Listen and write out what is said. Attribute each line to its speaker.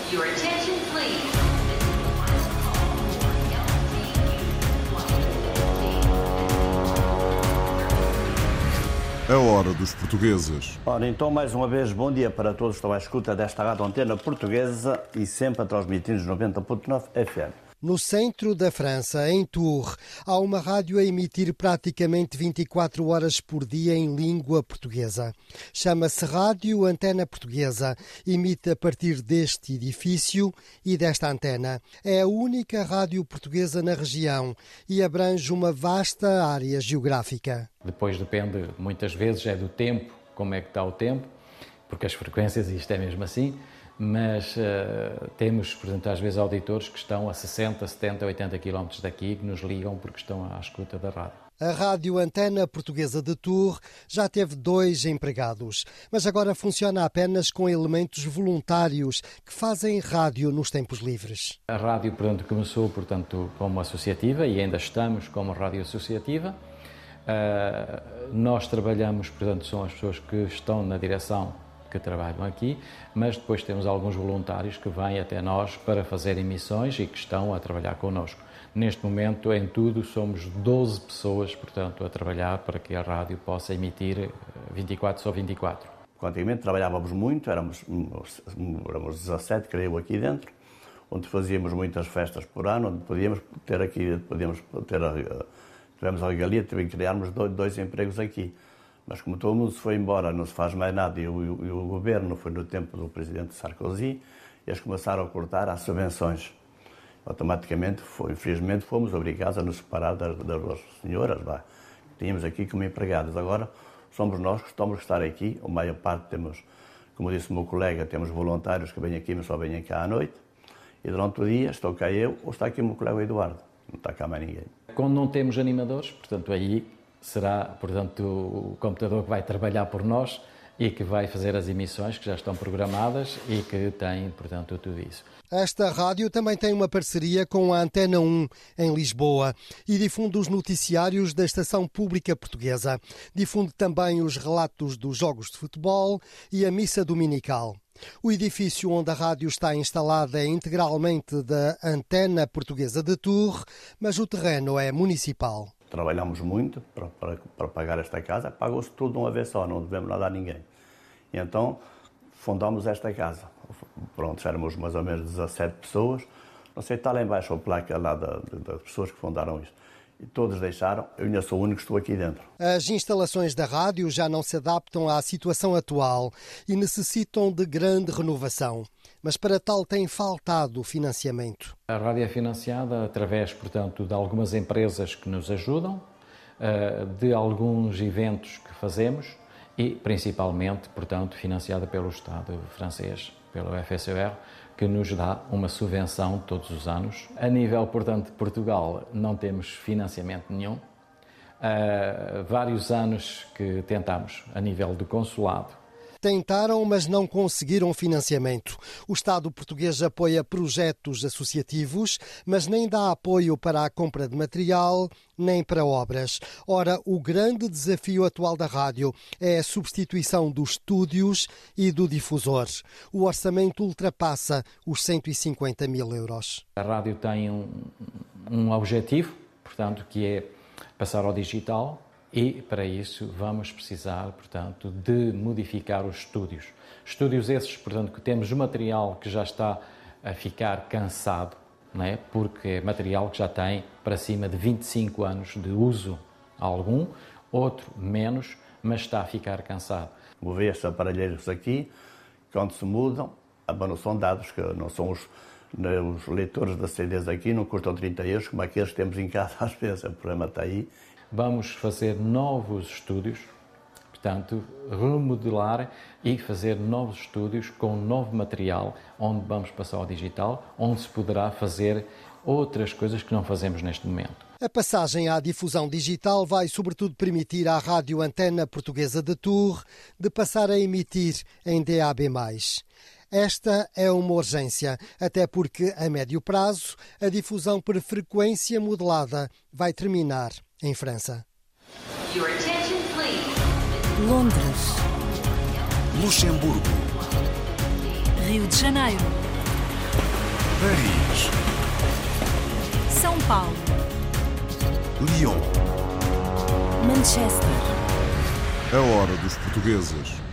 Speaker 1: Your attention, please.
Speaker 2: A hora dos portugueses.
Speaker 3: Ora, então, mais uma vez, bom dia para todos que estão à escuta desta rádio Antena Portuguesa e sempre a transmitir nos 90.9 FM.
Speaker 4: No centro da França, em Tours, há uma rádio a emitir praticamente 24 horas por dia em língua portuguesa. Chama-se Rádio Antena Portuguesa. Emite a partir deste edifício e desta antena. É a única rádio portuguesa na região e abrange uma vasta área geográfica.
Speaker 5: Depois depende, muitas vezes, é do tempo, como é que está o tempo, porque as frequências, isto é mesmo assim, mas temos, por exemplo, às vezes auditores que estão a 60, 70, 80 km daqui, que nos ligam porque estão à escuta da rádio.
Speaker 4: A Rádio Antena Portuguesa de Tours já teve 2 empregados, mas agora funciona apenas com elementos voluntários que fazem rádio nos tempos livres.
Speaker 5: A rádio, portanto, começou, portanto, como associativa e ainda estamos como rádio associativa. Nós trabalhamos, portanto, são as pessoas que estão na direção que trabalham aqui, mas depois temos alguns voluntários que vêm até nós para fazer emissões e que estão a trabalhar connosco. Neste momento, em tudo, somos 12 pessoas, portanto, a trabalhar para que a rádio possa emitir 24 sobre 24.
Speaker 3: Antigamente trabalhávamos muito, éramos 17, creio, aqui dentro, onde fazíamos muitas festas por ano, onde tivemos a regalia de criarmos 2 empregos aqui. Mas como todo mundo se foi embora, não se faz mais nada, e o governo foi no tempo do presidente Sarkozy, e eles começaram a cortar as subvenções. Automaticamente, infelizmente, fomos obrigados a nos separar das senhoras que tínhamos aqui como empregadas. Agora, somos nós que estamos a estar aqui, a maior parte temos, como disse o meu colega, temos voluntários que vêm aqui, mas só vêm cá à noite, e durante o dia estou cá eu, ou está aqui o meu colega Eduardo, não está cá mais ninguém.
Speaker 5: Quando não temos animadores, portanto, aí será, portanto, o computador que vai trabalhar por nós e que vai fazer as emissões que já estão programadas e que tem, portanto, tudo isso.
Speaker 4: Esta rádio também tem uma parceria com a Antena 1, em Lisboa, e difunde os noticiários da Estação Pública Portuguesa. Difunde também os relatos dos jogos de futebol e a missa dominical. O edifício onde a rádio está instalada é integralmente da Antena Portuguesa de Tours, mas o terreno é municipal.
Speaker 3: Trabalhamos muito para pagar esta casa, pagou-se tudo de uma vez só, não devemos nada a ninguém. E então fundamos esta casa. Pronto, éramos mais ou menos 17 pessoas. Não sei, está lá embaixo a placa lá das pessoas que fundaram isto. E todos deixaram, eu ainda sou o único que estou aqui dentro.
Speaker 4: As instalações da rádio já não se adaptam à situação atual e necessitam de grande renovação. Mas para tal tem faltado financiamento.
Speaker 5: A rádio é financiada através, portanto, de algumas empresas que nos ajudam, de alguns eventos que fazemos e, principalmente, portanto, financiada pelo Estado francês, pelo FSR, que nos dá uma subvenção todos os anos. A nível, portanto, de Portugal, não temos financiamento nenhum. Vários anos que tentamos, a nível do consulado.
Speaker 4: Tentaram, mas não conseguiram financiamento. O Estado português apoia projetos associativos, mas nem dá apoio para a compra de material, nem para obras. Ora, o grande desafio atual da rádio é a substituição dos estúdios e do difusor. O orçamento ultrapassa os 150 mil euros.
Speaker 5: A rádio tem um objetivo, portanto, que é passar ao digital. E, para isso, vamos precisar, portanto, de modificar os estúdios. Estúdios esses, portanto, que temos material que já está a ficar cansado, não é? Porque é material que já tem para cima de 25 anos de uso algum, outro menos, mas está a ficar cansado.
Speaker 3: Vou ver estes aparelheiros aqui, quando se mudam, são dados que não são os leitores das CDs aqui, não custam 30 euros, como aqueles que temos em casa às vezes, o problema está aí.
Speaker 5: Vamos fazer novos estúdios, portanto, remodelar e fazer novos estúdios com novo material, onde vamos passar ao digital, onde se poderá fazer outras coisas que não fazemos neste momento.
Speaker 4: A passagem à difusão digital vai, sobretudo, permitir à Rádio Antena Portuguesa de Tours de passar a emitir em DAB+. Esta é uma urgência, até porque, a médio prazo, a difusão por frequência modelada vai terminar em França.
Speaker 6: Londres, Luxemburgo,
Speaker 1: Rio de Janeiro,
Speaker 2: Paris,
Speaker 1: São Paulo,
Speaker 2: Lyon.
Speaker 1: Manchester.
Speaker 2: A hora dos portugueses.